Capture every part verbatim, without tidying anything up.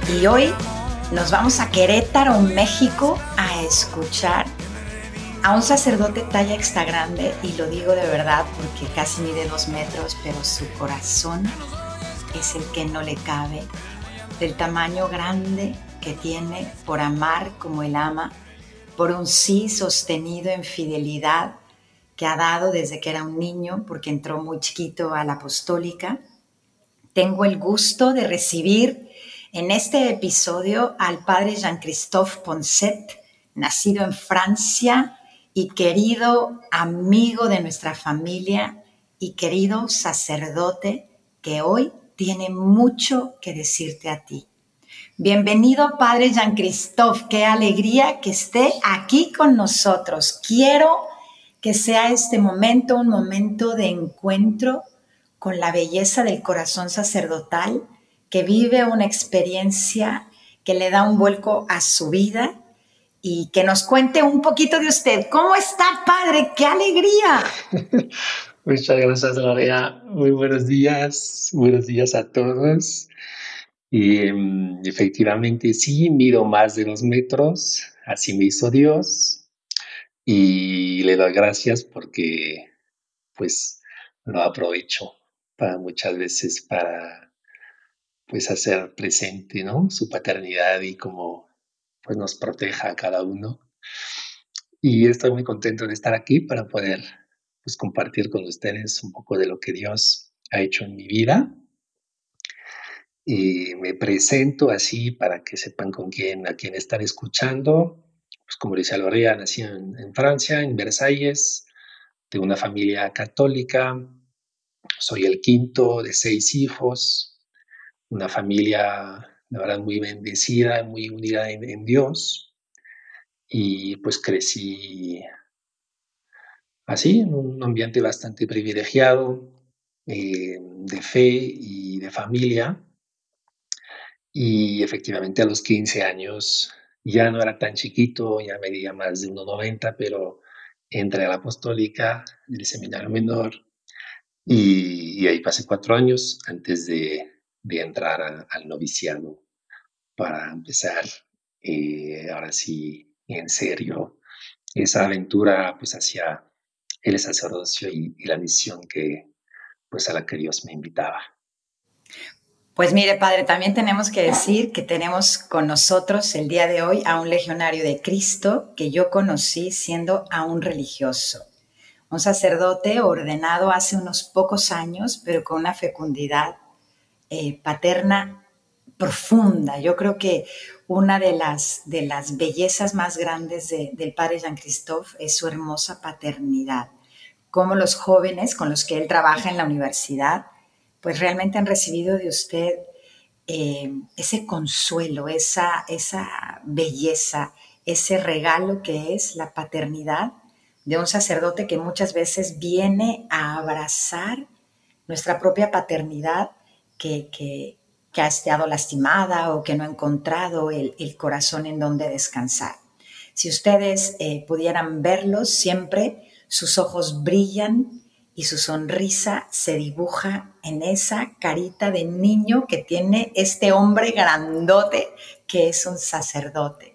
Y hoy nos vamos a Querétaro, México, a escuchar a un sacerdote talla extra grande, y lo digo de verdad porque casi mide dos metros, pero su corazón es el que no le cabe, del tamaño grande que tiene por amar como él ama, por un sí sostenido en fidelidad que ha dado desde que era un niño, porque entró muy chiquito a la apostólica. Tengo el gusto de recibir en este episodio al padre Jean-Christophe Poncet, nacido en Francia y querido amigo de nuestra familia y querido sacerdote que hoy tiene mucho que decirte a ti. Bienvenido, padre Jean-Christophe, qué alegría que esté aquí con nosotros. Quiero que sea este momento un momento de encuentro con la belleza del corazón sacerdotal, que vive una experiencia que le da un vuelco a su vida, y que nos cuente un poquito de usted. ¿Cómo está, padre? ¡Qué alegría! Muchas gracias, Lorea. Muy buenos días. Buenos días a todos. Y um, efectivamente sí, mido más de dos metros. Así me hizo Dios. Y le doy gracias porque pues lo aprovecho para muchas veces para pues hacer presente, ¿no? Su paternidad y cómo pues nos proteja a cada uno. Y estoy muy contento de estar aquí para poder pues, compartir con ustedes un poco de lo que Dios ha hecho en mi vida. Y me presento así para que sepan con quién, a quién están escuchando. Pues como decía Lorea, nací en, en Francia, en Versalles, de una familia católica. Soy el quinto de seis hijos, una familia, la verdad, muy bendecida, muy unida en, en Dios. Y pues crecí así, en un ambiente bastante privilegiado, eh, de fe y de familia. Y efectivamente a los quince años ya no era tan chiquito, ya medía más de uno noventa, pero entré a la apostólica, del seminario menor, y, y ahí pasé cuatro años antes de, de entrar a, al noviciado para empezar, eh, ahora sí, en serio, esa aventura pues hacia el sacerdocio y, y la misión que pues a la que Dios me invitaba. Pues mire, padre, también tenemos que decir que tenemos con nosotros el día de hoy a un legionario de Cristo que yo conocí siendo aún religioso. Un sacerdote ordenado hace unos pocos años, pero con una fecundidad eh, paterna profunda. Yo creo que una de las, de las bellezas más grandes de, del padre Jean-Christophe es su hermosa paternidad. Cómo los jóvenes con los que él trabaja en la universidad, pues realmente han recibido de usted eh, ese consuelo, esa, esa belleza, ese regalo que es la paternidad de un sacerdote que muchas veces viene a abrazar nuestra propia paternidad que, que, que ha estado lastimada o que no ha encontrado el, el corazón en donde descansar. Si ustedes eh, pudieran verlos, siempre sus ojos brillan y su sonrisa se dibuja en esa carita de niño que tiene este hombre grandote que es un sacerdote.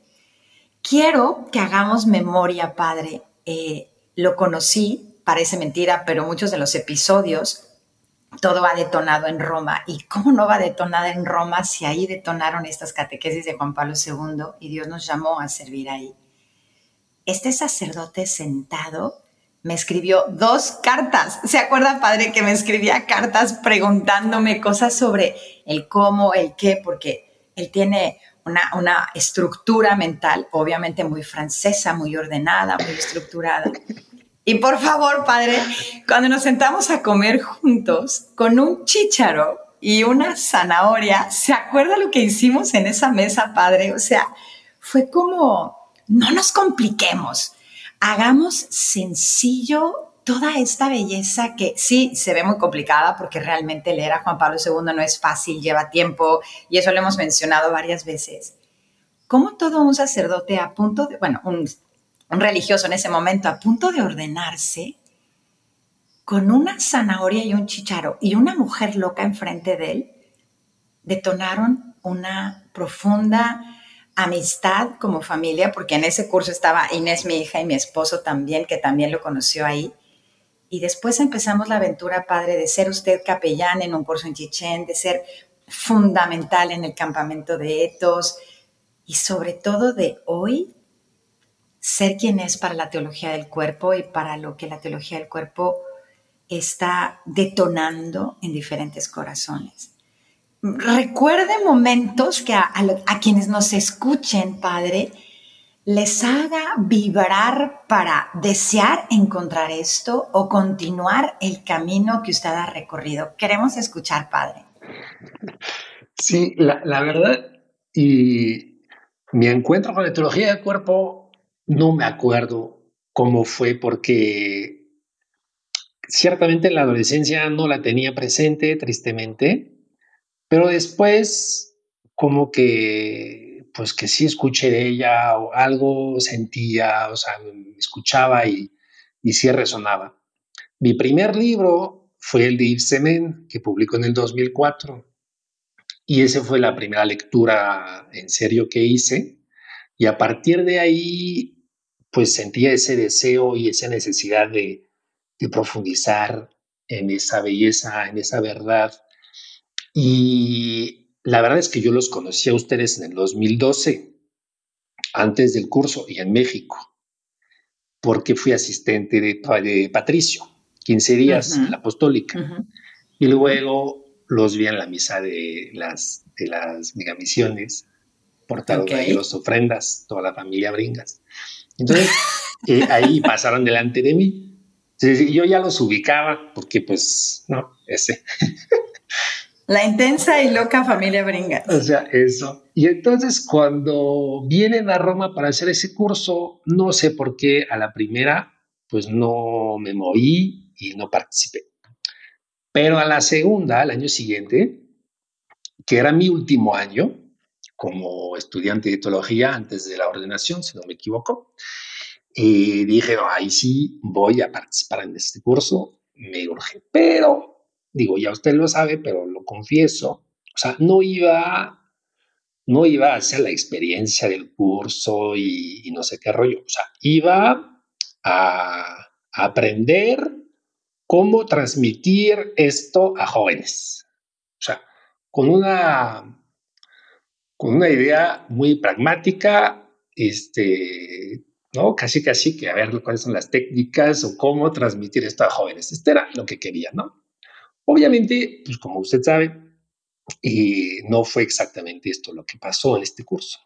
Quiero que hagamos memoria, padre. Eh, lo conocí, parece mentira, pero muchos de los episodios, todo va detonado en Roma. ¿Y cómo no va detonada en Roma si ahí detonaron estas catequesis de Juan Pablo segundo y Dios nos llamó a servir ahí? Este sacerdote sentado me escribió dos cartas. ¿Se acuerda, padre, que me escribía cartas preguntándome cosas sobre el cómo, el qué? Porque él tiene una, una estructura mental, obviamente muy francesa, muy ordenada, muy estructurada. Y por favor, padre, cuando nos sentamos a comer juntos con un chícharo y una zanahoria, ¿se acuerda lo que hicimos en esa mesa, padre? O sea, fue como, no nos compliquemos, hagamos sencillo toda esta belleza que sí se ve muy complicada porque realmente leer a Juan Pablo segundo no es fácil, lleva tiempo, y eso lo hemos mencionado varias veces. Como todo un sacerdote a punto de, bueno, un un religioso en ese momento a punto de ordenarse, con una zanahoria y un chícharo y una mujer loca enfrente de él, detonaron una profunda amistad como familia, porque en ese curso estaba Inés, mi hija, y mi esposo también, que también lo conoció ahí. Y después empezamos la aventura, padre, de ser usted capellán en un curso en Chichén, de ser fundamental en el campamento de Etos y sobre todo de hoy ser quien es para la teología del cuerpo y para lo que la teología del cuerpo está detonando en diferentes corazones. Recuerde momentos que a, a, a quienes nos escuchen, padre, les haga vibrar para desear encontrar esto o continuar el camino que usted ha recorrido. Queremos escuchar, padre. Sí, la, la verdad, y mi encuentro con la teología del cuerpo, no me acuerdo cómo fue, porque ciertamente en la adolescencia no la tenía presente, tristemente, pero después como que, pues que sí escuché de ella o algo sentía, o sea, escuchaba y, y sí resonaba. Mi primer libro fue el de Yves Semen, que publicó en el dos mil cuatro, y esa fue la primera lectura en serio que hice, y a partir de ahí, pues sentía ese deseo y esa necesidad de, de profundizar en esa belleza, en esa verdad. Y la verdad es que yo los conocí a ustedes en el dos mil doce, antes del curso, y en México, porque fui asistente de, de Patricio, quince días en la Uh-huh, apostólica. uh-huh, Y uh-huh. luego los vi en la misa de las, de las megamisiones, portaron ahí Ok. las ofrendas, toda la familia Bringas. Entonces, eh, ahí pasaron delante de mí. Entonces, yo ya los ubicaba, porque pues, no, ese. La intensa y loca familia O Bringas. sea, eso. Y entonces cuando vienen a Roma para hacer ese curso, no sé por qué a la primera, pues no me moví y no participé. Pero a la segunda, al año siguiente, que era mi último año como estudiante de teología antes de la ordenación, si no me equivoco, y dije, no, ahí sí voy a participar en este curso, me urge. Pero, digo, ya usted lo sabe, pero lo confieso, o sea, no iba no iba a hacer la experiencia del curso y, y no sé qué rollo. O sea, iba a, a aprender cómo transmitir esto a jóvenes. O sea, con una, con una idea muy pragmática, este, ¿no? Casi, casi que a ver cuáles son las técnicas o cómo transmitir esto a jóvenes. Esto era lo que quería, ¿no? Obviamente, pues como usted sabe, y no fue exactamente esto lo que pasó en este curso.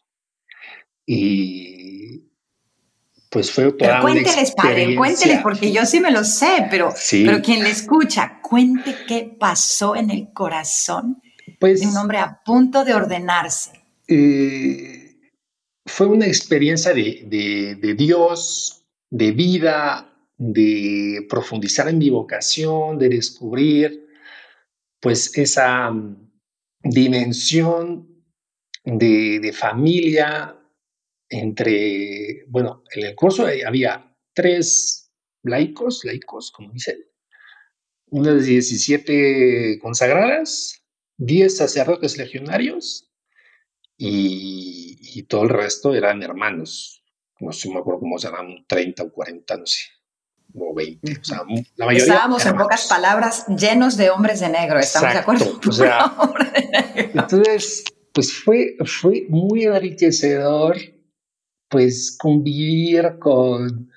Y pues fue Pero toda una cuénteles, padre, cuénteles, experiencia. porque yo sí me lo sé, pero, pero Sí, quien le escucha, cuente qué pasó en el corazón de un pues hombre a punto de ordenarse. eh, fue una experiencia de, de, de Dios, de vida, de profundizar en mi vocación, de descubrir pues esa um, dimensión de, de familia entre, bueno, en el curso había tres laicos, laicos, como dicen, unas diecisiete consagradas, diez sacerdotes legionarios y, y, todo el resto eran hermanos. No sé, me acuerdo cómo serán, treinta o cuarenta, no sé, o veinte. O sea, la mayoría Estábamos, en pocas hermanos. palabras, llenos de hombres de negro, ¿estamos de acuerdo? Exacto. O Puro sea, hombre de negro. entonces, pues fue, fue muy enriquecedor, pues convivir con,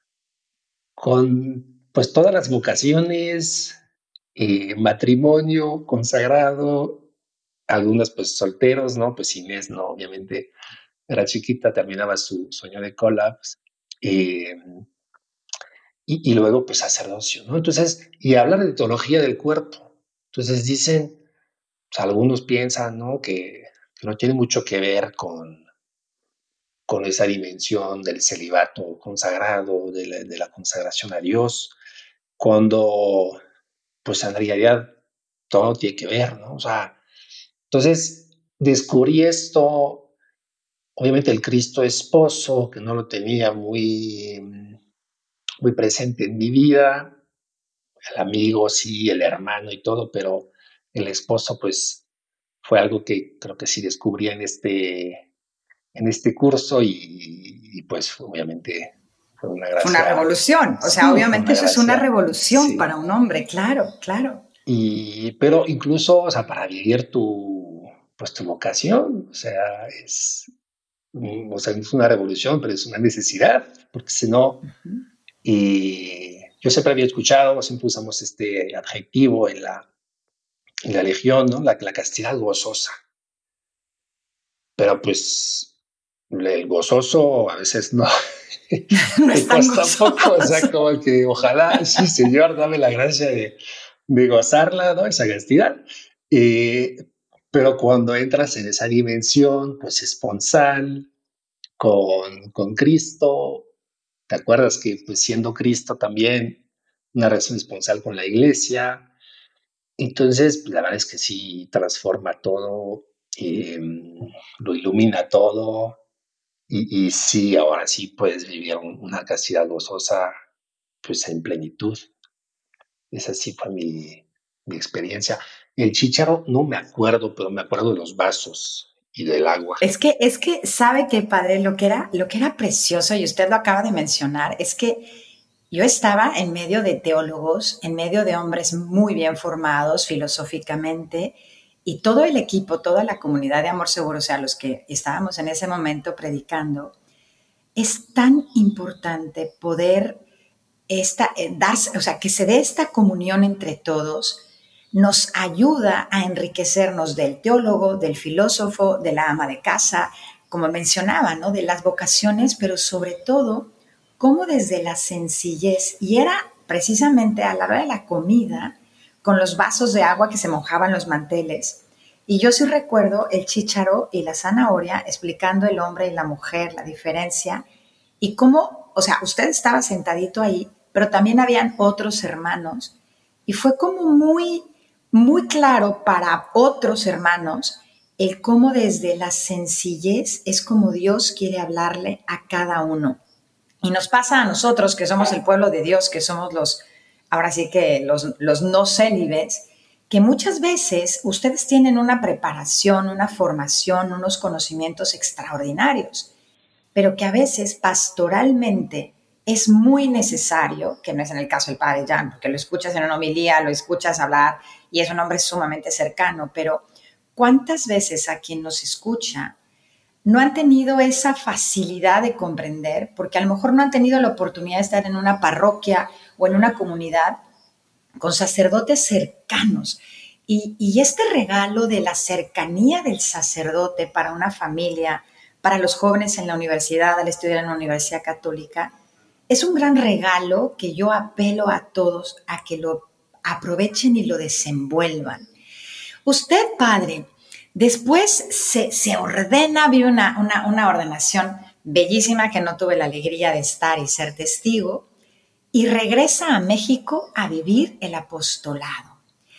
con pues todas las vocaciones, eh, matrimonio consagrado, algunas pues solteros, ¿no? Pues Inés, ¿no? Obviamente era chiquita, terminaba su sueño de collapse, eh, y, y, luego pues sacerdocio, ¿no? Entonces, y hablar de teología del cuerpo. Entonces dicen, pues algunos piensan, ¿no? Que, que no tiene mucho que ver con, con esa dimensión del celibato consagrado, de la, de la consagración a Dios, cuando pues en realidad todo tiene que ver, ¿no? O sea, entonces descubrí esto, obviamente el Cristo esposo, que no lo tenía muy, muy presente en mi vida, el amigo sí, el hermano y todo, pero el esposo pues fue algo que creo que sí descubrí en este, en este curso y, y pues obviamente fue una Fue una gracia, revolución, o sea, sí, fue obviamente una eso es una gracia, revolución sí. para un hombre, claro, claro. Y, pero incluso, o sea, para vivir tu, pues tu vocación, o sea, es, mm, o sea, es una revolución, pero es una necesidad, porque si no, Ujú. y yo siempre había escuchado, siempre usamos este adjetivo en la, en la legión, ¿no? La, la castidad gozosa, pero pues el gozoso a veces no, No te es tan cuesta un poco, o sea, gozoso. como que ojalá, sí, Señor, dame la gracia de, de gozarla, ¿no? Esa castidad. Eh, pero cuando entras en esa dimensión, pues esponsal, con, con Cristo, ¿te acuerdas que pues siendo Cristo también una relación esponsal con la iglesia? Entonces, pues, la verdad es que sí transforma todo, eh, lo ilumina todo, y, y sí, ahora sí puedes vivir un- una castidad gozosa, pues en plenitud. Esa sí fue mi, mi experiencia. El chícharo no me acuerdo, pero me acuerdo de los vasos y del agua. Es que, es que sabe que padre, lo que era, lo que era precioso, y usted lo acaba de mencionar, es que yo estaba en medio de teólogos, en medio de hombres muy bien formados filosóficamente, y todo el equipo, toda la comunidad de Amor Seguro, o sea, los que estábamos en ese momento predicando, es tan importante poder esta, eh, darse, o sea, que se dé esta comunión entre todos, nos ayuda a enriquecernos del teólogo, del filósofo, de la ama de casa, como mencionaba, ¿no? De las vocaciones, pero sobre todo, cómo desde la sencillez, y era precisamente a la hora de la comida, con los vasos de agua que se mojaban los manteles. Y yo sí recuerdo el chícharo y la zanahoria explicando el hombre y la mujer, la diferencia, y cómo, o sea, usted estaba sentadito ahí, pero también habían otros hermanos, y fue como muy, muy claro para otros hermanos el cómo desde la sencillez es como Dios quiere hablarle a cada uno. Y nos pasa a nosotros, que somos el pueblo de Dios, que somos los, ahora sí que los, los no célibes, que muchas veces ustedes tienen una preparación, una formación, unos conocimientos extraordinarios, pero que a veces pastoralmente es muy necesario, que no es en el caso del padre Jan, porque lo escuchas en una homilía, lo escuchas hablar y es un hombre sumamente cercano, pero ¿cuántas veces a quien nos escucha no han tenido esa facilidad de comprender, porque a lo mejor no han tenido la oportunidad de estar en una parroquia o en una comunidad con sacerdotes cercanos? Y, y este regalo de la cercanía del sacerdote para una familia, para los jóvenes en la universidad, al estudiar en la Universidad Católica, es un gran regalo que yo apelo a todos a que lo aprovechen y lo desenvuelvan. Usted, padre, después se, se ordena, vi una, una, una ordenación bellísima que no tuve la alegría de estar y ser testigo, y regresa a México a vivir el apostolado.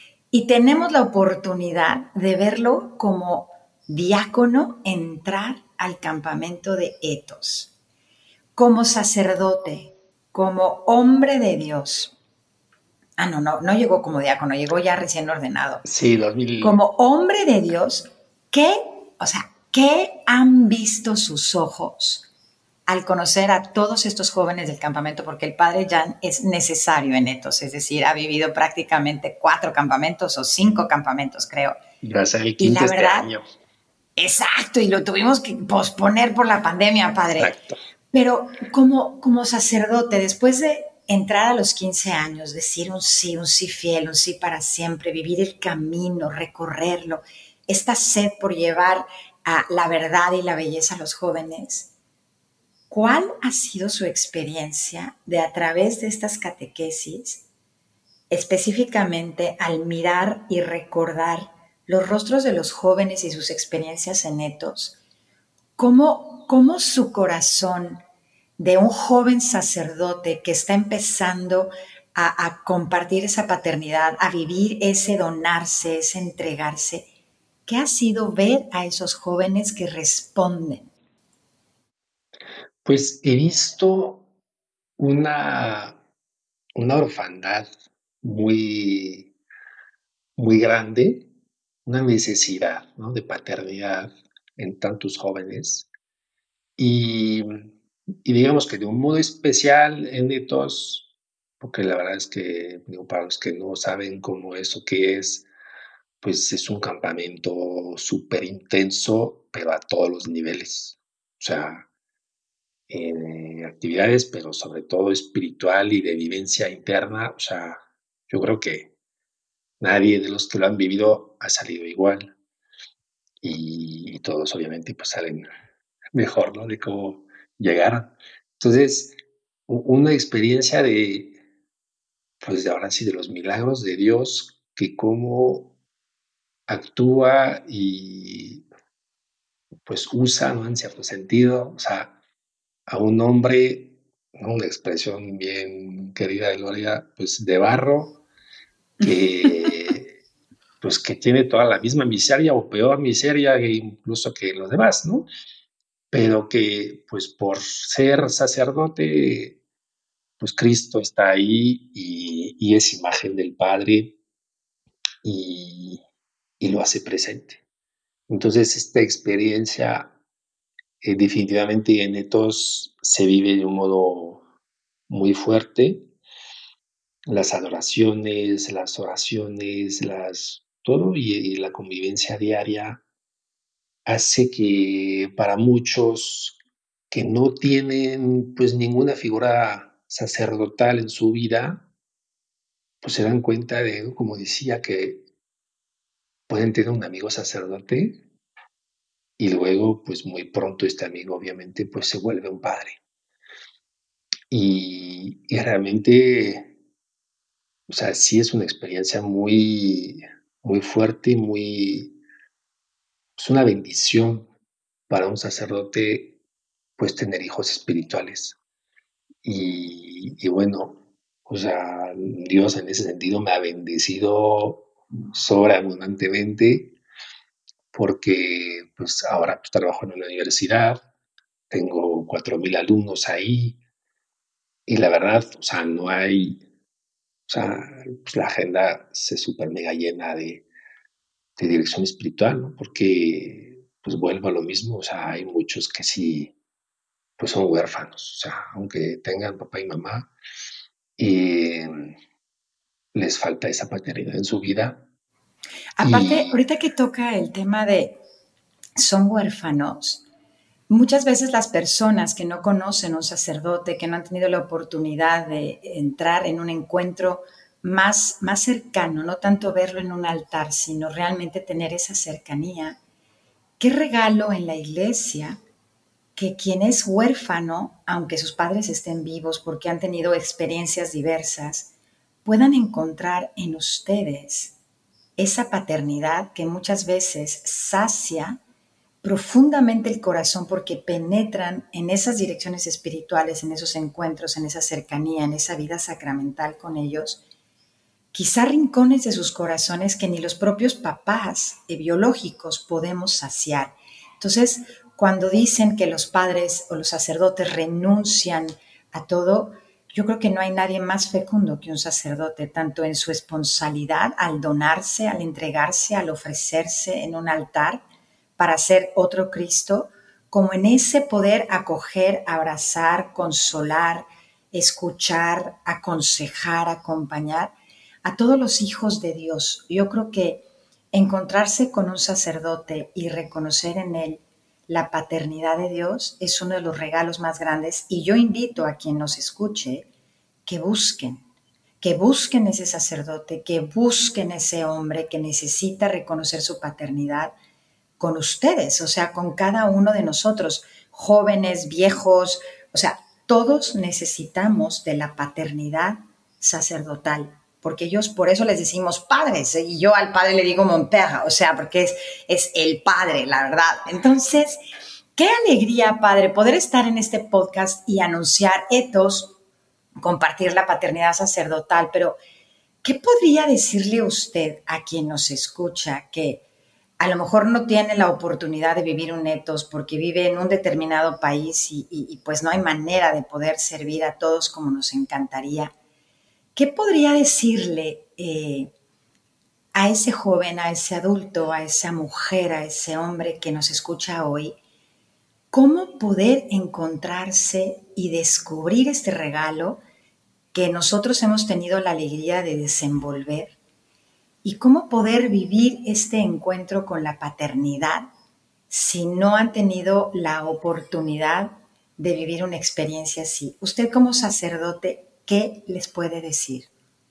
Y tenemos la oportunidad de verlo como diácono entrar al campamento de Etos, como sacerdote, como hombre de Dios. Ah, no, no, no llegó como diácono, llegó ya recién ordenado. Sí, dos mil. Como hombre de Dios, ¿qué, o sea, qué han visto sus ojos al conocer a todos estos jóvenes del campamento? Porque el padre Jan es necesario en Etos, es decir, ha vivido prácticamente cuatro campamentos o cinco campamentos, creo. Va a ser el Y quinto la este verdad, año. exacto, y lo tuvimos que posponer por la pandemia, padre. Exacto. Pero como, como sacerdote, después de entrar a los quince años, decir un sí, un sí fiel, un sí para siempre, vivir el camino, recorrerlo, esta sed por llevar a la verdad y la belleza a los jóvenes, ¿cuál ha sido su experiencia de a través de estas catequesis, específicamente al mirar y recordar los rostros de los jóvenes y sus experiencias en Etos? ¿Cómo, cómo su corazón de un joven sacerdote que está empezando a, a compartir esa paternidad, a vivir ese donarse, ese entregarse, qué ha sido ver a esos jóvenes que responden? Pues he visto una, una orfandad muy, muy grande, una necesidad, ¿no?, de paternidad en tantos jóvenes. Y, y digamos que de un modo especial en Netos, porque la verdad es que, digo, para los que no saben cómo es o qué es, pues es un campamento súper intenso, pero a todos los niveles. O sea, eh, actividades, pero sobre todo espiritual y de vivencia interna. O sea, yo creo que nadie de los que lo han vivido ha salido igual. Y, y todos obviamente pues salen mejor, ¿no?, de cómo llegaron. Entonces, una experiencia de, pues de ahora sí, de los milagros de Dios, que cómo actúa y pues usa, ¿no?, en cierto sentido, o sea, a un hombre, ¿no?, una expresión bien querida de Gloria, pues de barro, que pues que tiene toda la misma miseria o peor miseria incluso que los demás, ¿no? Pero que pues por ser sacerdote, pues Cristo está ahí y, y es imagen del Padre y, y lo hace presente. Entonces esta experiencia eh, definitivamente en Etos se vive de un modo muy fuerte. Las adoraciones, las oraciones, las, todo y, y la convivencia diaria hace que para muchos que no tienen pues ninguna figura sacerdotal en su vida, pues se dan cuenta de, como decía, que pueden tener un amigo sacerdote y luego pues muy pronto este amigo obviamente pues se vuelve un padre. Y, y realmente, o sea, sí es una experiencia muy, muy fuerte, muy, es una bendición para un sacerdote pues tener hijos espirituales. Y, y bueno, o sea, Dios en ese sentido me ha bendecido sobreabundantemente porque pues ahora pues, trabajo en una universidad, tengo cuatro mil alumnos ahí y la verdad, o sea, no hay, o sea, pues la agenda se super mega llena de, de dirección espiritual, ¿no? Porque pues vuelvo a lo mismo, o sea, hay muchos que sí, pues son huérfanos, o sea, aunque tengan papá y mamá, eh, les falta esa paternidad en su vida. Aparte, Y ahorita que toca el tema de son huérfanos, muchas veces las personas que no conocen a un sacerdote, que no han tenido la oportunidad de entrar en un encuentro más, más cercano, no tanto verlo en un altar, sino realmente tener esa cercanía, qué regalo en la iglesia que quien es huérfano, aunque sus padres estén vivos porque han tenido experiencias diversas, puedan encontrar en ustedes esa paternidad que muchas veces sacia profundamente el corazón porque penetran en esas direcciones espirituales, en esos encuentros, en esa cercanía, en esa vida sacramental con ellos, quizá rincones de sus corazones que ni los propios papás eh, biológicos podemos saciar. Entonces, cuando dicen que los padres o los sacerdotes renuncian a todo, yo creo que no hay nadie más fecundo que un sacerdote, tanto en su esponsalidad, al donarse, al entregarse, al ofrecerse en un altar para ser otro Cristo, como en ese poder acoger, abrazar, consolar, escuchar, aconsejar, acompañar a todos los hijos de Dios. Yo creo que encontrarse con un sacerdote y reconocer en él la paternidad de Dios es uno de los regalos más grandes y yo invito a quien nos escuche que busquen, que busquen ese sacerdote, que busquen ese hombre que necesita reconocer su paternidad con ustedes, o sea, con cada uno de nosotros, jóvenes, viejos, o sea, todos necesitamos de la paternidad sacerdotal, porque ellos, por eso les decimos padres, y yo al padre le digo mon père, o sea, porque es, es el padre, la verdad. Entonces, qué alegría, padre, poder estar en este podcast y anunciar etos, compartir la paternidad sacerdotal, pero ¿qué podría decirle usted a quien nos escucha que a lo mejor no tiene la oportunidad de vivir un etos porque vive en un determinado país y, y, y pues no hay manera de poder servir a todos como nos encantaría? ¿Qué podría decirle eh, a ese joven, a ese adulto, a esa mujer, a ese hombre que nos escucha hoy, cómo poder encontrarse y descubrir este regalo que nosotros hemos tenido la alegría de desenvolver y cómo poder vivir este encuentro con la paternidad si no han tenido la oportunidad de vivir una experiencia así. Usted como sacerdote, ¿qué les puede decir?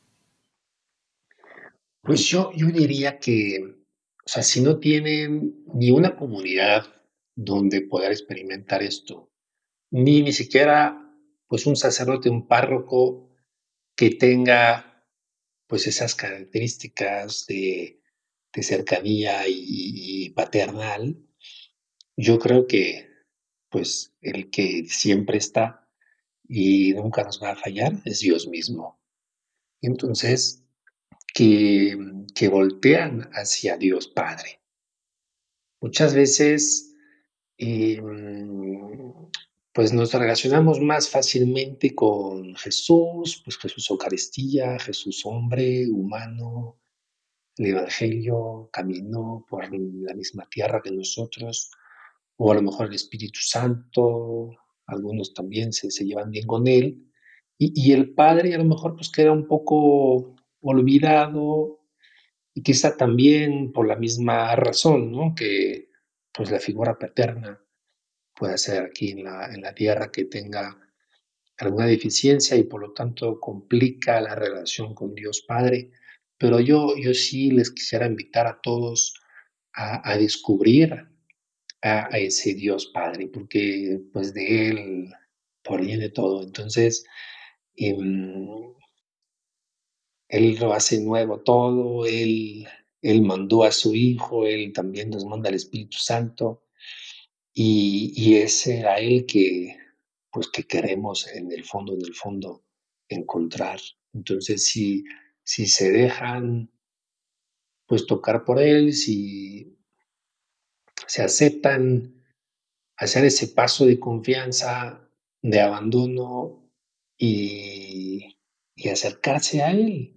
Pues yo, yo diría que, o sea, si no tienen ni una comunidad donde poder experimentar esto, ni ni siquiera pues un sacerdote, un párroco que tenga pues esas características de, de cercanía y, y paternal, yo creo que pues el que siempre está y nunca nos va a fallar es Dios mismo. Entonces, que, que voltean hacia Dios Padre. Muchas veces, eh, pues nos relacionamos más fácilmente con Jesús, pues Jesús Eucaristía, Jesús hombre, humano, el Evangelio caminó por la misma tierra que nosotros, o a lo mejor el Espíritu Santo, algunos también se, se llevan bien con él, y, y el Padre a lo mejor pues queda un poco olvidado, y quizá también por la misma razón, ¿no? Que pues la figura paterna puede ser aquí en la, en la tierra que tenga alguna deficiencia y por lo tanto complica la relación con Dios Padre. Pero yo, yo sí les quisiera invitar a todos a, a descubrir a, a, ese Dios Padre, porque pues de Él proviene todo. Entonces, eh, Él lo hace nuevo todo, Él, Él mandó a su Hijo, Él también nos manda el Espíritu Santo y, y es a Él que, pues, que queremos en el fondo, en el fondo, encontrar. Entonces, si, si se dejan, pues, tocar por Él, si se aceptan hacer ese paso de confianza, de abandono y, y acercarse a Él,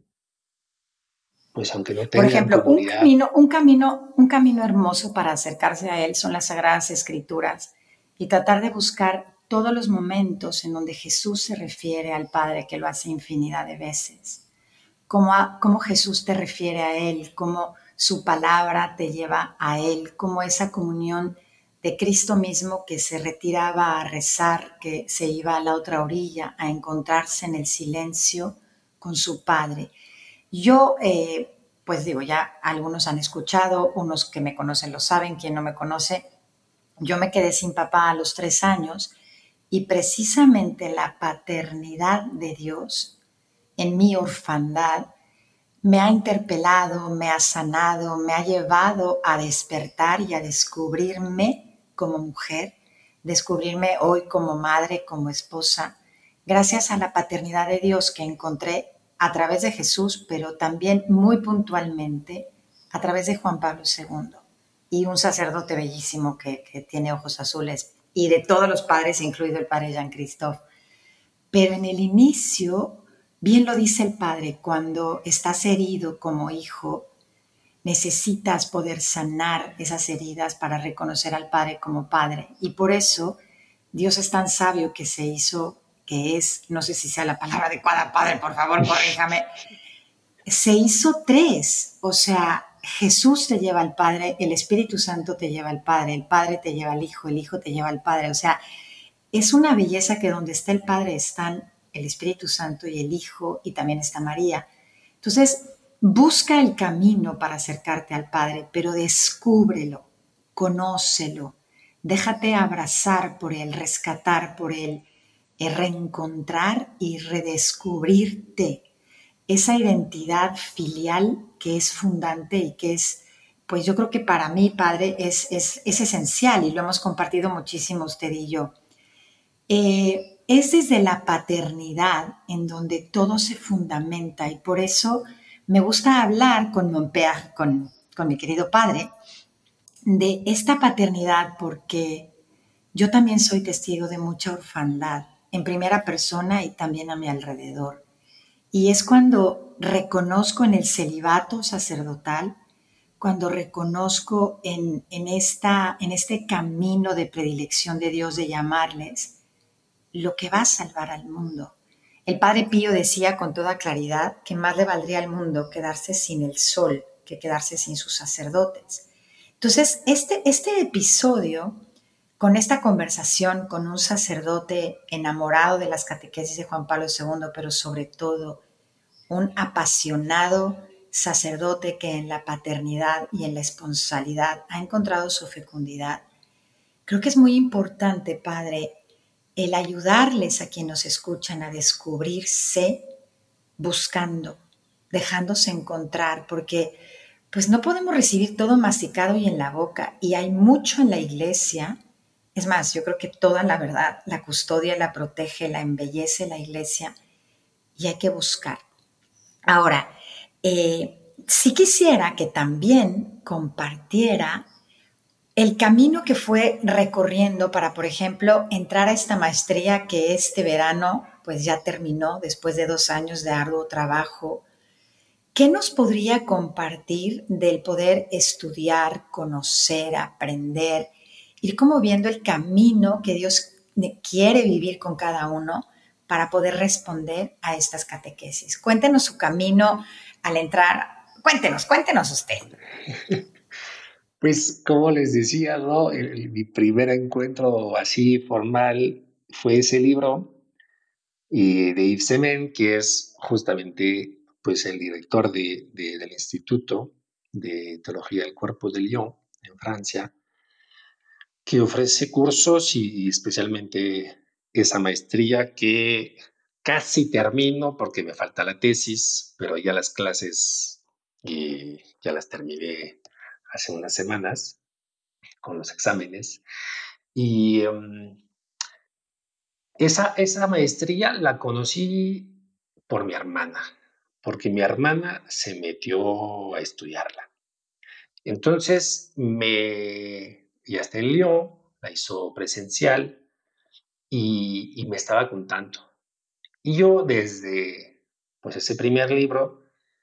pues aunque no Por tengan ejemplo, un comunidad. camino, un camino, un camino hermoso para acercarse a Él son las Sagradas Escrituras y tratar de buscar todos los momentos en donde Jesús se refiere al Padre, que lo hace infinidad de veces. Cómo, a, cómo Jesús te refiere a Él, cómo su palabra te lleva a Él, cómo esa comunión de Cristo mismo que se retiraba a rezar, que se iba a la otra orilla a encontrarse en el silencio con su Padre. Yo, eh, pues digo, ya algunos han escuchado, unos que me conocen lo saben, quien no me conoce, yo me quedé sin papá a los tres años y precisamente la paternidad de Dios en mi orfandad me ha interpelado, me ha sanado, me ha llevado a despertar y a descubrirme como mujer, descubrirme hoy como madre, como esposa, gracias a la paternidad de Dios que encontré a través de Jesús, pero también muy puntualmente a través de Juan Pablo segundo y un sacerdote bellísimo que, que tiene ojos azules y de todos los padres, incluido el padre Jean-Christophe. Pero en el inicio, bien lo dice el padre, cuando estás herido como hijo, necesitas poder sanar esas heridas para reconocer al Padre como Padre. Y por eso Dios es tan sabio que se hizo, que es, no sé si sea la palabra adecuada, Padre, por favor, corríjame, se hizo tres. O sea, Jesús te lleva al Padre, el Espíritu Santo te lleva al Padre, el Padre te lleva al Hijo, el Hijo te lleva al Padre. O sea, es una belleza que donde está el Padre están el Espíritu Santo y el Hijo y también está María. Entonces, busca el camino para acercarte al Padre, pero descúbrelo, conócelo, déjate abrazar por Él, rescatar por Él, reencontrar y redescubrirte esa identidad filial que es fundante y que es, pues yo creo que para mí, Padre, es, es, es esencial y lo hemos compartido muchísimo usted y yo. Eh, es desde la paternidad en donde todo se fundamenta y por eso me gusta hablar con mon père, con, con mi querido padre, de esta paternidad porque yo también soy testigo de mucha orfandad en primera persona y también a mi alrededor. Y es cuando reconozco en el celibato sacerdotal, cuando reconozco en, en, esta, en este camino de predilección de Dios de llamarles lo que va a salvar al mundo. El Padre Pío decía con toda claridad que más le valdría al mundo quedarse sin el sol que quedarse sin sus sacerdotes. Entonces, este, este episodio, con esta conversación con un sacerdote enamorado de las catequesis de Juan Pablo segundo, pero sobre todo un apasionado sacerdote que en la paternidad y en la esponsalidad ha encontrado su fecundidad. Creo que es muy importante, Padre, el ayudarles a quienes nos escuchan a descubrirse buscando, dejándose encontrar, porque pues no podemos recibir todo masticado y en la boca, y hay mucho en la iglesia. Es más, yo creo que toda la verdad la custodia, la protege, la embellece la iglesia, y hay que buscar. Ahora, eh, sí quisiera que también compartiera el camino que fue recorriendo para, por ejemplo, entrar a esta maestría que este verano pues ya terminó después de dos años de arduo trabajo. ¿Qué nos podría compartir del poder estudiar, conocer, aprender, ir como viendo el camino que Dios quiere vivir con cada uno para poder responder a estas catequesis? Cuéntenos su camino al entrar. Cuéntenos, cuéntenos usted. Pues como les decía, ¿no? El, el, mi primer encuentro así formal fue ese libro y de Yves Semen, que es justamente pues el director de, de, del Instituto de Teología del Cuerpo de Lyon, en Francia, que ofrece cursos y, y especialmente esa maestría que casi termino porque me falta la tesis, pero ya las clases y ya las terminé hace unas semanas con los exámenes. Y um, esa, esa maestría la conocí por mi hermana, porque mi hermana se metió a estudiarla. Entonces, me, ya está en Lyon, la hizo presencial y, y me estaba contando. Y yo desde pues, ese primer libro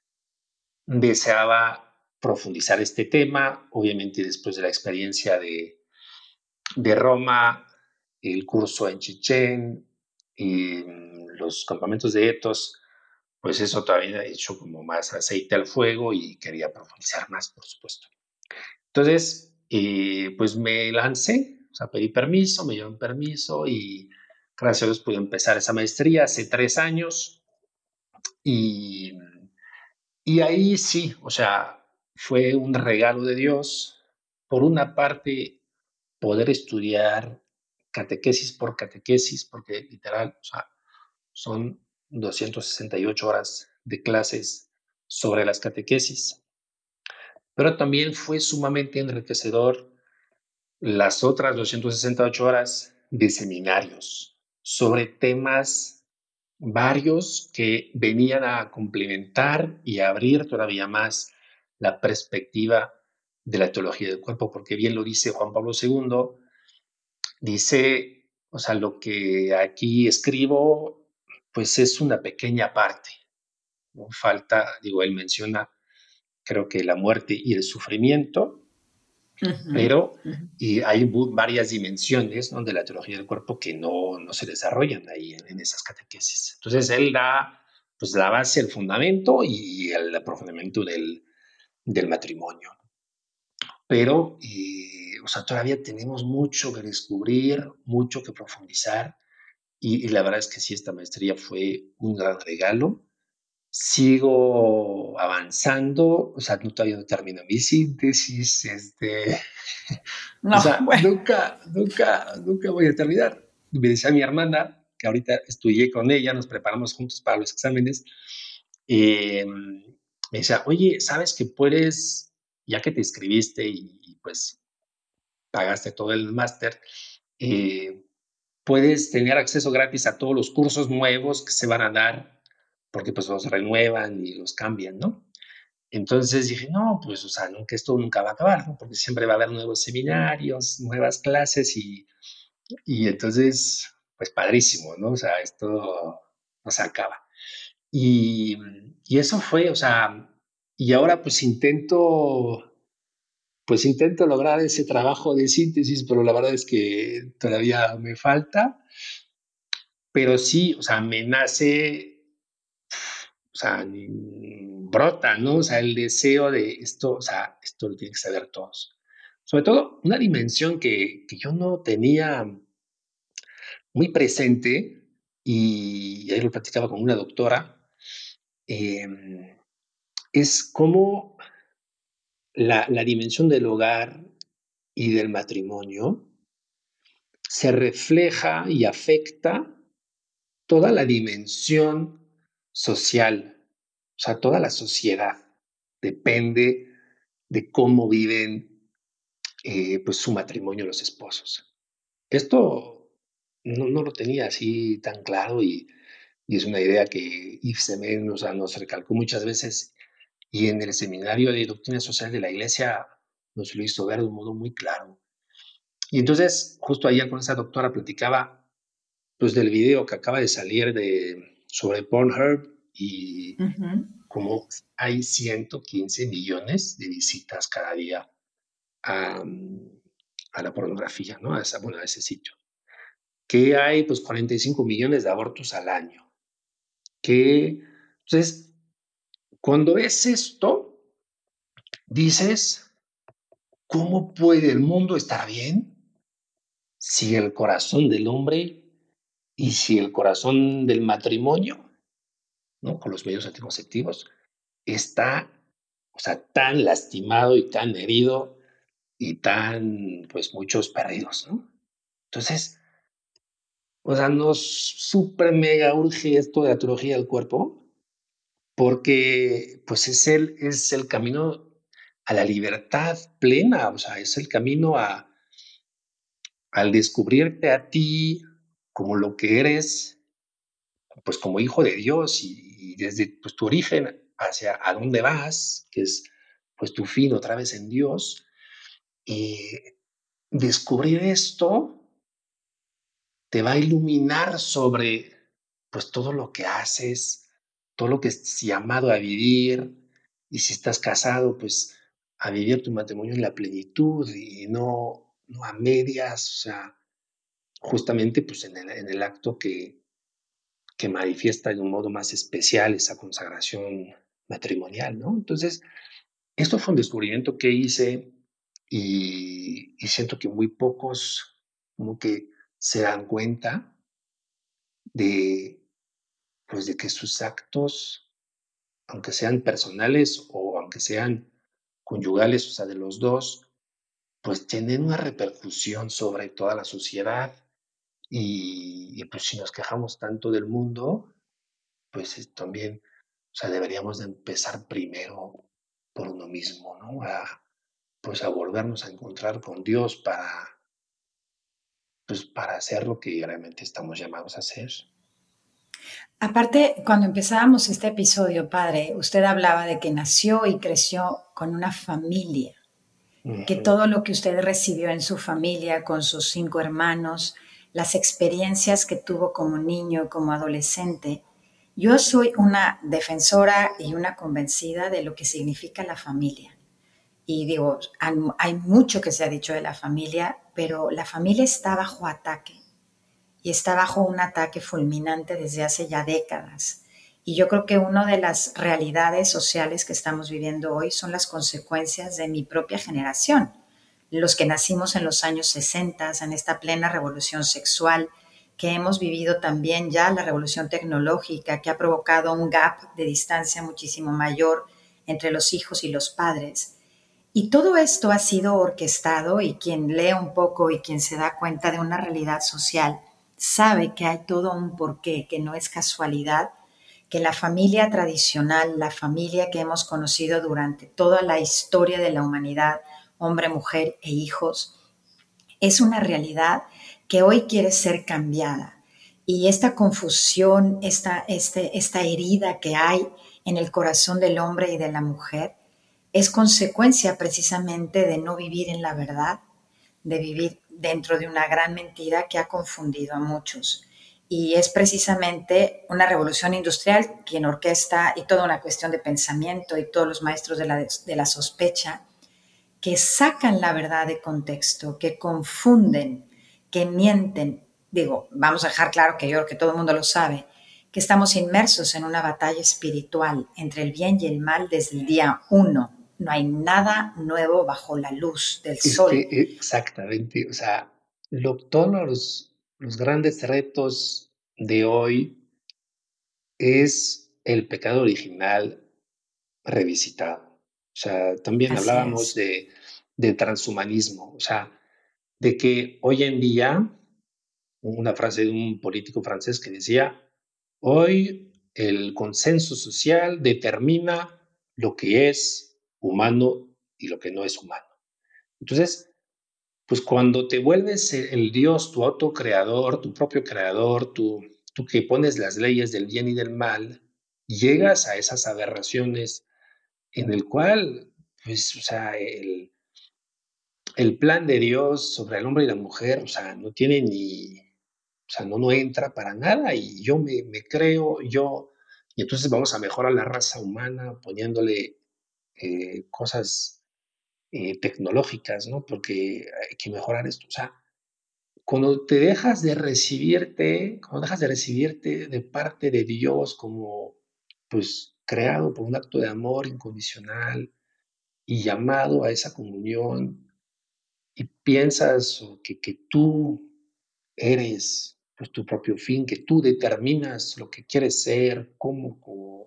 deseaba profundizar este tema, obviamente después de la experiencia de, de Roma, el curso en Chichén y los campamentos de Ethos, pues eso todavía ha hecho como más aceite al fuego y quería profundizar más, por supuesto. Entonces, eh, pues me lancé, o sea, pedí permiso, me dieron permiso y gracias a Dios pude empezar esa maestría hace tres años y, y ahí sí, o sea, fue un regalo de Dios. Por una parte, poder estudiar catequesis por catequesis, porque literal, o sea, son doscientas sesenta y ocho horas de clases sobre las catequesis, pero también fue sumamente enriquecedor las otras doscientas sesenta y ocho horas de seminarios sobre temas varios que venían a complementar y a abrir todavía más la perspectiva de la teología del cuerpo, porque bien lo dice Juan Pablo segundo, dice, o sea, lo que aquí escribo, pues es una pequeña parte, ¿no? Falta, digo, él menciona, creo que la muerte y el sufrimiento, Uh-huh, pero uh-huh. y hay varias dimensiones, ¿no?, de la teología del cuerpo que no, no se desarrollan ahí en, en, esas catequesis. Entonces él da pues la base, el fundamento y el aprofundamiento del, del matrimonio. Pero, eh, o sea, todavía tenemos mucho que descubrir, mucho que profundizar y, y la verdad es que sí, esta maestría fue un gran regalo. Sigo avanzando, o sea, no todavía no termino mi síntesis, este, o No, sea, bueno. nunca, nunca, nunca voy a terminar. Me decía mi hermana, que ahorita estudié con ella, nos preparamos juntos para los exámenes, eh, me decía, oye, ¿sabes que puedes, ya que te inscribiste y, y pues pagaste todo el máster, eh, puedes tener acceso gratis a todos los cursos nuevos que se van a dar, porque pues los renuevan y los cambian, ¿no? Entonces dije, no, pues, o sea, nunca, esto nunca va a acabar, ¿no? Porque siempre va a haber nuevos seminarios, nuevas clases y, y entonces, pues, padrísimo, ¿no? O sea, esto no se acaba. Y, y eso fue, o sea, y ahora pues intento, pues intento lograr ese trabajo de síntesis, pero la verdad es que todavía me falta, pero sí, o sea, me nace, o sea, brota, ¿no? O sea, el deseo de esto, o sea, esto lo tienen que saber todos. Sobre todo, una dimensión que, que yo no tenía muy presente, y ahí lo platicaba con una doctora, eh, es cómo la, la dimensión del hogar y del matrimonio se refleja y afecta toda la dimensión social, o sea, toda la sociedad depende de cómo viven eh, pues su matrimonio los esposos. Esto no, no lo tenía así tan claro y, y es una idea que Yves Semen, o sea, nos recalcó muchas veces y en el seminario de doctrina social de la iglesia nos lo hizo ver de un modo muy claro. Y entonces, justo ayer con esa doctora platicaba pues del video que acaba de salir de, sobre Pornhub y Ujú. como hay ciento quince millones de visitas cada día a, a la pornografía, ¿no? A, esa, bueno, a ese sitio. Que hay pues cuarenta y cinco millones de abortos al año. Que, entonces, cuando es esto, dices, ¿cómo puede el mundo estar bien si el corazón del hombre y si el corazón del matrimonio, ¿no? Con los medios anticonceptivos, está, o sea, tan lastimado y tan herido y tan, pues, muchos perdidos, ¿no? Entonces, o sea, nos súper mega urge esto de la teología del cuerpo, porque, pues, es el, es el camino a la libertad plena, o sea, es el camino a, al descubrirte a ti como lo que eres, pues como hijo de Dios y, y desde pues, tu origen hacia a dónde vas, que es pues tu fin otra vez en Dios, y descubrir esto te va a iluminar sobre pues todo lo que haces, todo lo que es llamado a vivir, y si estás casado, pues a vivir tu matrimonio en la plenitud y no, no a medias, o sea, justamente pues en el, en el acto que, que manifiesta de un modo más especial esa consagración matrimonial, ¿no? Entonces, esto fue un descubrimiento que hice y, y siento que muy pocos como que se dan cuenta de, pues, de que sus actos, aunque sean personales o aunque sean conyugales, o sea, de los dos, pues tienen una repercusión sobre toda la sociedad y, y pues si nos quejamos tanto del mundo, pues es también, o sea, deberíamos de empezar primero por uno mismo, ¿no? A, pues a volvernos a encontrar con Dios para, pues para hacer lo que realmente estamos llamados a hacer. Aparte, cuando empezábamos este episodio, padre, usted hablaba de que nació y creció con una familia, que Uh-huh. todo lo que usted recibió en su familia, con sus cinco hermanos, las experiencias que tuvo como niño, como adolescente. Yo soy una defensora y una convencida de lo que significa la familia. Y digo, hay mucho que se ha dicho de la familia, pero la familia está bajo ataque y está bajo un ataque fulminante desde hace ya décadas. Y yo creo que una de las realidades sociales que estamos viviendo hoy son las consecuencias de mi propia generación, los que nacimos en los años sesenta, en esta plena revolución sexual, que hemos vivido también ya la revolución tecnológica, que ha provocado un gap de distancia muchísimo mayor entre los hijos y los padres. Y todo esto ha sido orquestado y quien lee un poco y quien se da cuenta de una realidad social sabe que hay todo un porqué, que no es casualidad, que la familia tradicional, la familia que hemos conocido durante toda la historia de la humanidad, hombre, mujer e hijos, es una realidad que hoy quiere ser cambiada. Y esta confusión, esta, este, esta herida que hay en el corazón del hombre y de la mujer, es consecuencia precisamente de no vivir en la verdad, de vivir dentro de una gran mentira que ha confundido a muchos. y es precisamente una revolución industrial quien orquesta y toda una cuestión de pensamiento y todos los maestros de la, de la sospecha que sacan la verdad de contexto, que confunden, que mienten. Digo, vamos a dejar claro que yo creo que todo el mundo lo sabe, que estamos inmersos en una batalla espiritual entre el bien y el mal desde el día uno. No hay nada nuevo bajo la luz del Es sol. que exactamente, o sea, lo, todos los, los grandes retos de hoy es el pecado original revisitado. O sea, también Así hablábamos es. de, de transhumanismo, o sea, de que hoy en día, una frase de un político francés que decía, hoy el consenso social determina lo que es humano y lo que no es humano. Entonces, pues cuando te vuelves el Dios, tu autocreador, tu propio creador, tú, tú que pones las leyes del bien y del mal, llegas a esas aberraciones en el cual, pues, o sea, el, el plan de Dios sobre el hombre y la mujer, o sea, no tiene ni, o sea, no, no entra para nada y yo me, me creo, yo, y entonces vamos a mejorar la raza humana poniéndole eh, cosas eh, tecnológicas, ¿no? Porque hay que mejorar esto, o sea, cuando te dejas de recibirte, cuando dejas de recibirte de parte de Dios como, pues, creado por un acto de amor incondicional y llamado a esa comunión, y piensas que, que tú eres pues, tu propio fin, que tú determinas lo que quieres ser, cómo, cómo,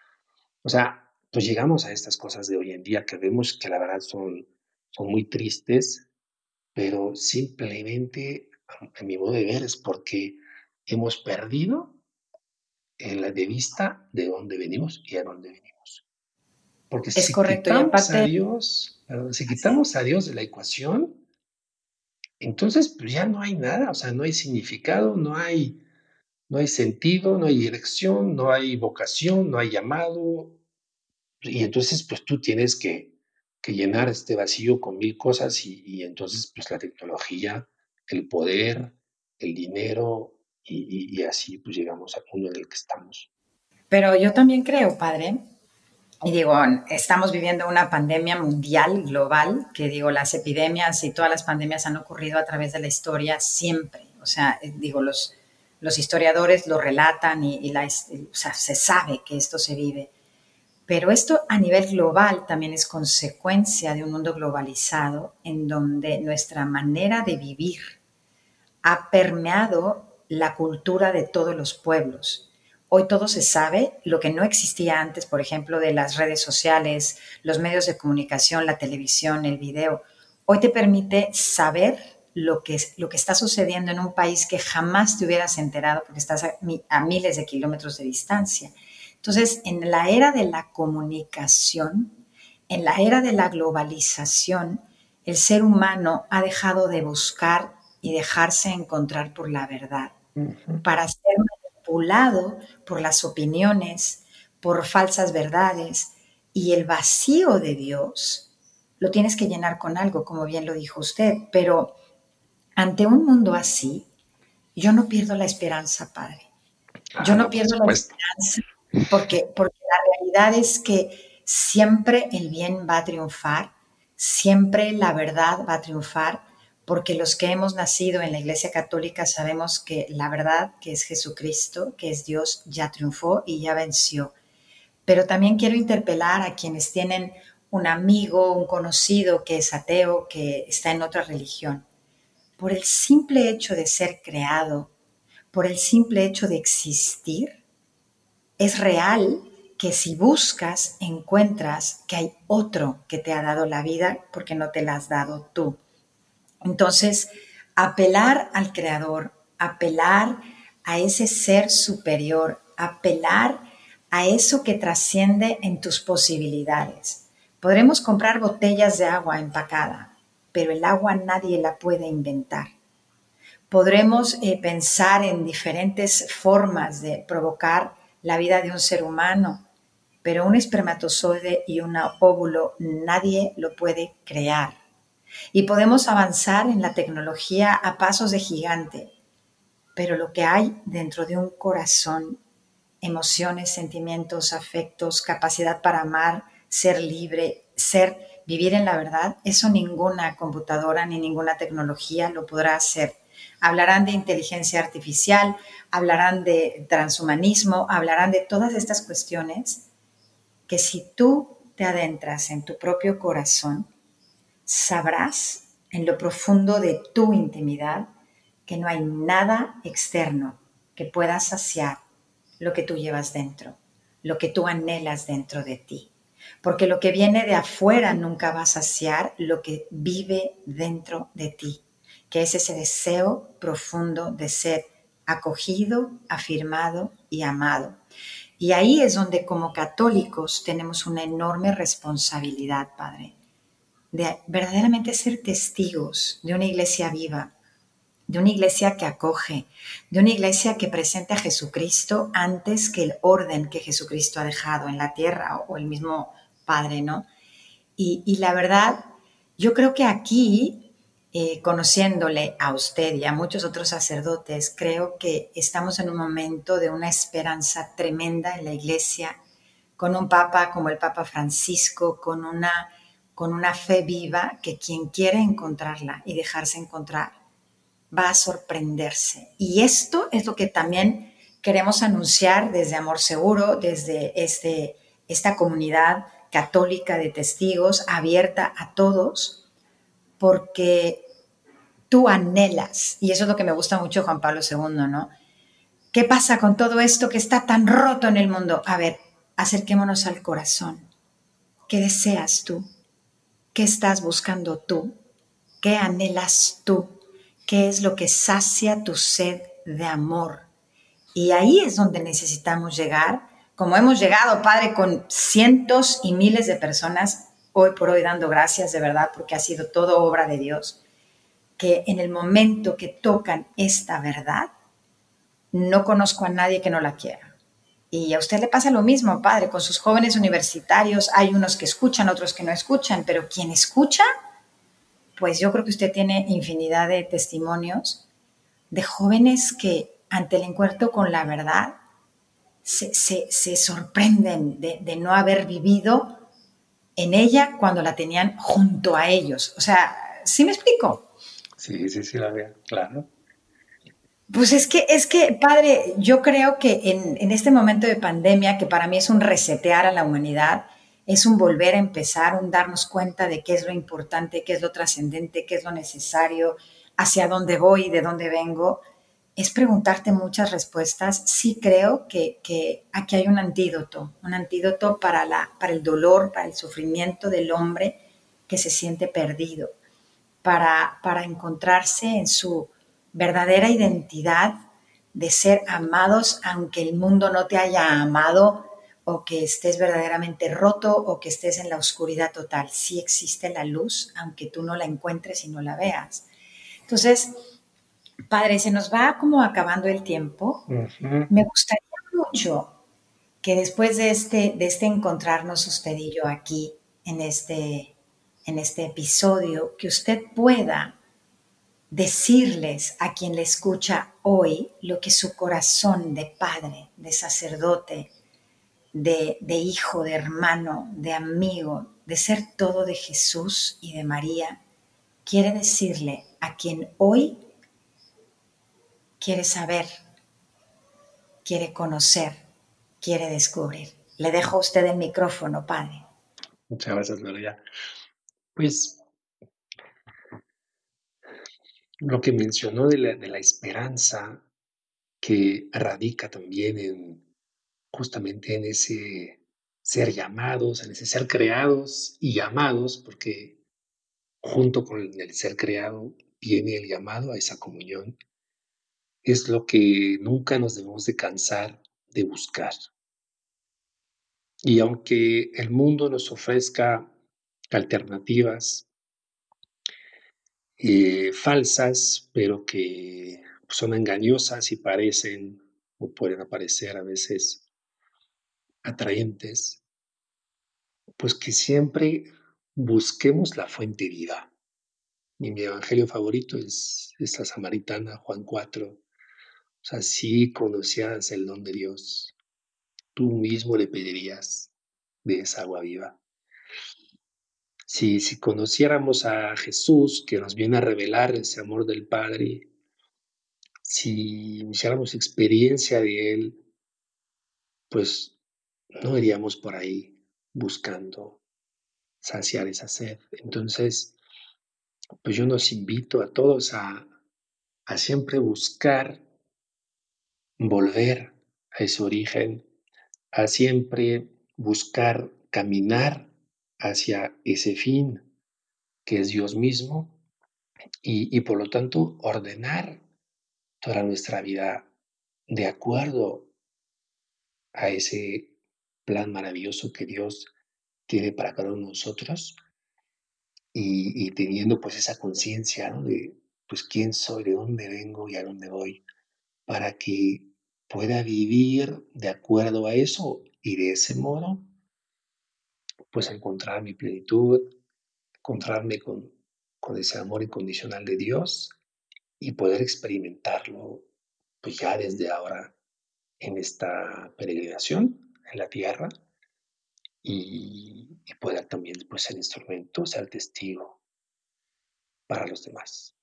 o sea, pues llegamos a estas cosas de hoy en día que vemos que la verdad son, son muy tristes, pero simplemente, a mi modo de ver, es porque hemos perdido en la de vista de dónde venimos y a dónde venimos. Porque Es si correcto. Y quitamos a aparte, Dios, perdón, si así quitamos a es. Dios de la ecuación, entonces pues ya no hay nada, o sea, no hay significado, no hay, no hay sentido, no hay dirección, no hay vocación, no hay llamado. Y entonces pues tú tienes que, que llenar este vacío con mil cosas y, y entonces pues la tecnología, el poder, el dinero y, y, y así pues llegamos al mundo en el que estamos. Pero yo también creo, padre, y digo, estamos viviendo una pandemia mundial, global, que digo, las epidemias y todas las pandemias han ocurrido a través de la historia siempre. O sea, eh, digo, los, los historiadores lo relatan y, y la, o sea, se sabe que esto se vive. Pero esto a nivel global también es consecuencia de un mundo globalizado en donde nuestra manera de vivir ha permeado la cultura de todos los pueblos. Hoy todo se sabe, lo que no existía antes, por ejemplo, de las redes sociales, los medios de comunicación, la televisión, el video. Hoy te permite saber lo que, lo que está sucediendo en un país que jamás te hubieras enterado porque estás a, a miles de kilómetros de distancia. Entonces, en la era de la comunicación, en la era de la globalización, el ser humano ha dejado de buscar y dejarse encontrar por la verdad, Uh-huh. para ser manipulado por las opiniones, por falsas verdades, y el vacío de Dios lo tienes que llenar con algo, como bien lo dijo usted, pero ante un mundo así, yo no pierdo la esperanza, Padre. Yo Ah, no no, por pierdo la supuesto. esperanza porque, porque la realidad es que siempre el bien va a triunfar, siempre la verdad va a triunfar, porque los que hemos nacido en la Iglesia Católica sabemos que la verdad, que es Jesucristo, que es Dios, ya triunfó y ya venció. Pero también quiero interpelar a quienes tienen un amigo, un conocido que es ateo, que está en otra religión. Por el simple hecho de ser creado, por el simple hecho de existir, es real que si buscas, encuentras que hay otro que te ha dado la vida porque no te la has dado tú. Entonces, apelar al Creador, apelar a ese ser superior, apelar a eso que trasciende en tus posibilidades. Podremos comprar botellas de agua empacada, pero el agua nadie la puede inventar. Podremos eh, pensar en diferentes formas de provocar la vida de un ser humano, pero un espermatozoide y un óvulo nadie lo puede crear. Y podemos avanzar en la tecnología a pasos de gigante, pero lo que hay dentro de un corazón, emociones, sentimientos, afectos, capacidad para amar, ser libre, ser, vivir en la verdad, eso ninguna computadora ni ninguna tecnología lo podrá hacer. Hablarán de inteligencia artificial, hablarán de transhumanismo, hablarán de todas estas cuestiones que si tú te adentras en tu propio corazón, sabrás en lo profundo de tu intimidad que no hay nada externo que pueda saciar lo que tú llevas dentro, lo que tú anhelas dentro de ti. Porque lo que viene de afuera nunca va a saciar lo que vive dentro de ti, que es ese deseo profundo de ser acogido, afirmado y amado. Y ahí es donde como católicos tenemos una enorme responsabilidad, Padre, de verdaderamente ser testigos de una iglesia viva, de una iglesia que acoge, de una iglesia que presenta a Jesucristo antes que el orden que Jesucristo ha dejado en la tierra o el mismo Padre, ¿no? Y, y la verdad, yo creo que aquí, eh, conociéndole a usted y a muchos otros sacerdotes, creo que estamos en un momento de una esperanza tremenda en la iglesia, con un papa como el Papa Francisco, con una, con una fe viva que quien quiere encontrarla y dejarse encontrar va a sorprenderse. Y esto es lo que también queremos anunciar desde Amor Seguro, desde este, esta comunidad católica de testigos abierta a todos, porque tú anhelas, y eso es lo que me gusta mucho de Juan Pablo segundo, ¿no? ¿Qué pasa con todo esto que está tan roto en el mundo? A ver, acerquémonos al corazón. ¿Qué deseas tú? ¿Qué estás buscando tú? ¿Qué anhelas tú? ¿Qué es lo que sacia tu sed de amor? Y ahí es donde necesitamos llegar, como hemos llegado, Padre, con cientos y miles de personas, hoy por hoy dando gracias de verdad, porque ha sido todo obra de Dios, que en el momento que tocan esta verdad, no conozco a nadie que no la quiera. Y a usted le pasa lo mismo, Padre, con sus jóvenes universitarios, hay unos que escuchan, otros que no escuchan, pero quien escucha, pues yo creo que usted tiene infinidad de testimonios de jóvenes que ante el encuentro con la verdad se, se, se sorprenden de, de no haber vivido en ella cuando la tenían junto a ellos. O sea, ¿sí me explico? Sí, sí, sí, la veo, claro. Pues es que, es que, padre, yo creo que en, en este momento de pandemia, que para mí es un resetear a la humanidad, es un volver a empezar, un darnos cuenta de qué es lo importante, qué es lo trascendente, qué es lo necesario, hacia dónde voy y de dónde vengo, es preguntarte muchas respuestas. Sí creo que, que aquí hay un antídoto, un antídoto para, la, para el dolor, para el sufrimiento del hombre que se siente perdido, para, para encontrarse en su verdadera identidad de ser amados aunque el mundo no te haya amado o que estés verdaderamente roto o que estés en la oscuridad total. Sí existe la luz aunque tú no la encuentres y no la veas. Entonces, Padre, se nos va como acabando el tiempo. Ujú. Me gustaría mucho que después de este, de este encontrarnos usted y yo aquí en este, en este episodio, que usted pueda decirles a quien le escucha hoy lo que su corazón de padre, de sacerdote, de, de hijo, de hermano, de amigo, de ser todo de Jesús y de María, quiere decirle a quien hoy quiere saber, quiere conocer, quiere descubrir. Le dejo a usted el micrófono, padre. Muchas gracias, Gloria. Pues lo que mencionó de la, de la esperanza que radica también en justamente en ese ser llamados, en ese ser creados y llamados, porque junto con el ser creado viene el llamado a esa comunión, es lo que nunca nos debemos de cansar de buscar. Y aunque el mundo nos ofrezca alternativas eh, falsas, pero que son engañosas y parecen o pueden aparecer a veces atraentes, pues que siempre busquemos la fuente viva. Y mi evangelio favorito es esta samaritana, Juan cuatro, O sea, si conocieras el don de Dios, tú mismo le pedirías de esa agua viva. Si, si conociéramos a Jesús, que nos viene a revelar ese amor del Padre, si hiciéramos experiencia de Él, pues no iríamos por ahí buscando saciar esa sed. Entonces, pues yo nos invito a todos a, a siempre buscar volver a ese origen, a siempre buscar caminar hacia ese fin que es Dios mismo y, y por lo tanto ordenar toda nuestra vida de acuerdo a ese plan maravilloso que Dios tiene para cada uno de nosotros y, y teniendo pues esa conciencia, ¿no? De pues quién soy, de dónde vengo y a dónde voy, para que pueda vivir de acuerdo a eso y de ese modo pues encontrar mi plenitud, encontrarme con, con ese amor incondicional de Dios y poder experimentarlo pues ya desde ahora en esta peregrinación en la tierra y, y poder también pues ser instrumento, ser testigo para los demás.